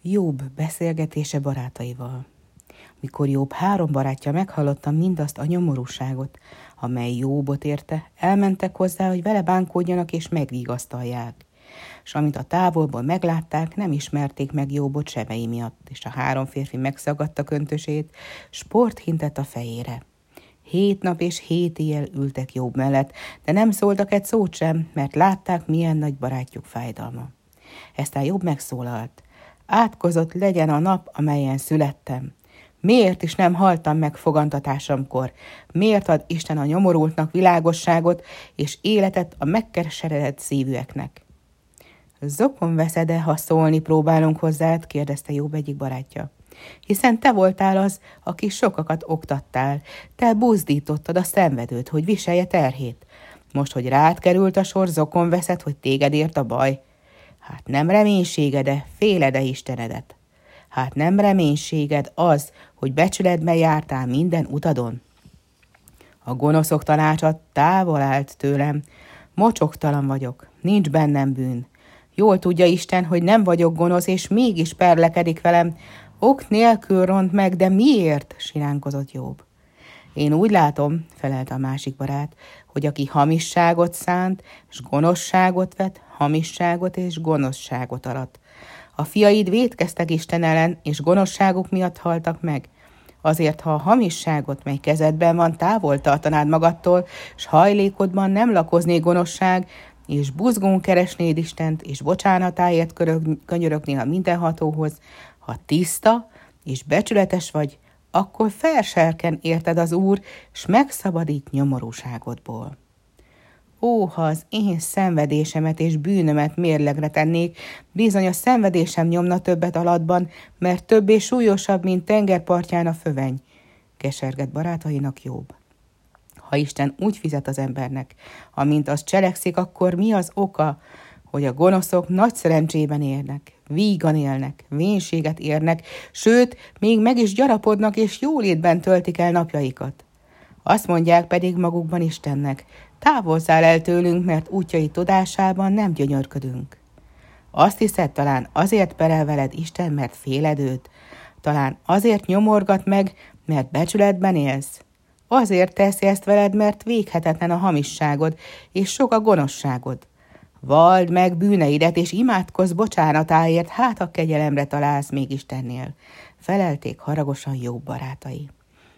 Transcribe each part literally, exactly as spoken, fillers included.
Jobb beszélgetése barátaival. Mikor Jobb három barátja meghallotta mindazt a nyomorúságot, amely Jobbot érte, elmentek hozzá, hogy vele bánkódjanak és megvigasztalják. És amint a távolból meglátták, nem ismerték meg Jobbot sebei miatt, és a három férfi megszagadta köntösét, s port hintett a fejére. Hét nap és hét éjjel ültek Jobb mellett, de nem szóltak egy szót sem, mert látták, milyen nagy barátjuk fájdalma. Eztán Jobb megszólalt: átkozott legyen a nap, amelyen születtem. Miért is nem haltam meg fogantatásomkor? Miért ad Isten a nyomorultnak világosságot és életet a megkeseredett szívűeknek? Zokon veszed-e, ha szólni próbálunk hozzád? Kérdezte Jobb egyik barátja. Hiszen te voltál az, aki sokakat oktattál, te buzdítottad a szenvedőt, hogy viselje terhét. Most, hogy rád került a sor, zokon veszed, hogy téged ért a baj. Hát nem reménységed-e, féled-e Istenedet? Hát nem reménységed az, hogy becsületben jártál minden utadon? A gonoszok tanácsa távol állt tőlem. Mocsoktalan vagyok, nincs bennem bűn. Jól tudja Isten, hogy nem vagyok gonosz, és mégis perlekedik velem. Ok nélkül ront meg, de miért? Siránkozott Jobb. Én úgy látom, felelte a másik barát, hogy aki hamisságot szánt, és gonoszságot vet, hamisságot és gonoszságot arat. A fiaid vétkeztek Isten ellen, és gonoszságuk miatt haltak meg. Azért, ha a hamisságot, mely kezedben van, távol tartanád magadtól, s hajlékodban nem lakozné gonoszság, és buzgón keresnéd Istent, és bocsánatáért könyörögnél a mindenhatóhoz, ha tiszta és becsületes vagy, akkor felserken érted az Úr, s megszabadít nyomorúságodból. Ó, ha az én szenvedésemet és bűnömet mérlegre tennék, bizony a szenvedésem nyomna többet alatban, mert több és súlyosabb, mint tengerpartján a föveny, kesergett barátainak Jobb. Ha Isten úgy fizet az embernek, amint az cselekszik, akkor mi az oka, hogy a gonoszok nagy szerencsében érnek, vígan élnek, vénséget érnek, sőt, még meg is gyarapodnak és jólétben töltik el napjaikat. Azt mondják pedig magukban Istennek: távolzzál el tőlünk, mert útjai tudásában nem gyönyörködünk. Azt hiszed, talán azért perel veled Isten, mert féled őt? Talán azért nyomorgat meg, mert becsületben élsz? Azért teszi ezt veled, mert véghetetlen a hamisságod, és sok a gonoszságod. Vald meg bűneidet, és imádkozz bocsánatáért, hát a kegyelemre találsz még Istennél, felelték haragosan Jobb barátai.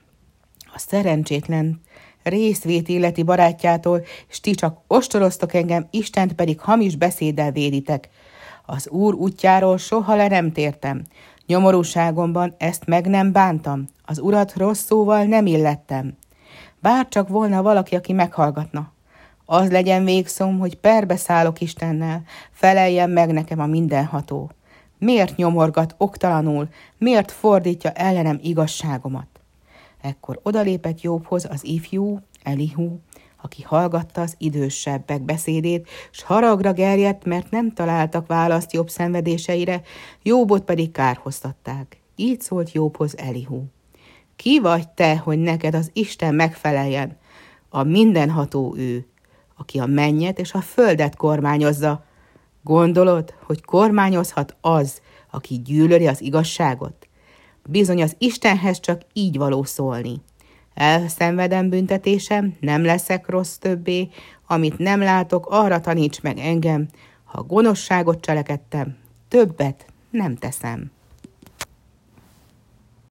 A szerencsétlen részvét illeti barátjától, s ti csak ostoroztok engem, Istent pedig hamis beszéddel véditek. Az Úr útjáról soha le nem tértem. Nyomorúságomban ezt meg nem bántam, az Urat rossz szóval nem illettem. Bár csak volna valaki, aki meghallgatna. Az legyen végszom, hogy perbe szállok Istennel, feleljen meg nekem a mindenható. Miért nyomorgat oktalanul, miért fordítja ellenem igazságomat? Ekkor odalépett Jobbhoz az ifjú, Elihu, aki hallgatta az idősebbek beszédét, s haragra gerjedt, mert nem találtak választ Jobb szenvedéseire, Jobbot pedig kárhoztatták. Így szólt Jobbhoz Elihu: ki vagy te, hogy neked az Isten megfeleljen? A mindenható ő, aki a mennyet és a földet kormányozza. Gondolod, hogy kormányozhat az, aki gyűlöli az igazságot? Bizony az Istenhez csak így való szólni. Elszenvedem büntetésem, nem leszek rossz többé, amit nem látok, arra taníts meg engem, ha gonoszságot cselekedtem, többet nem teszem.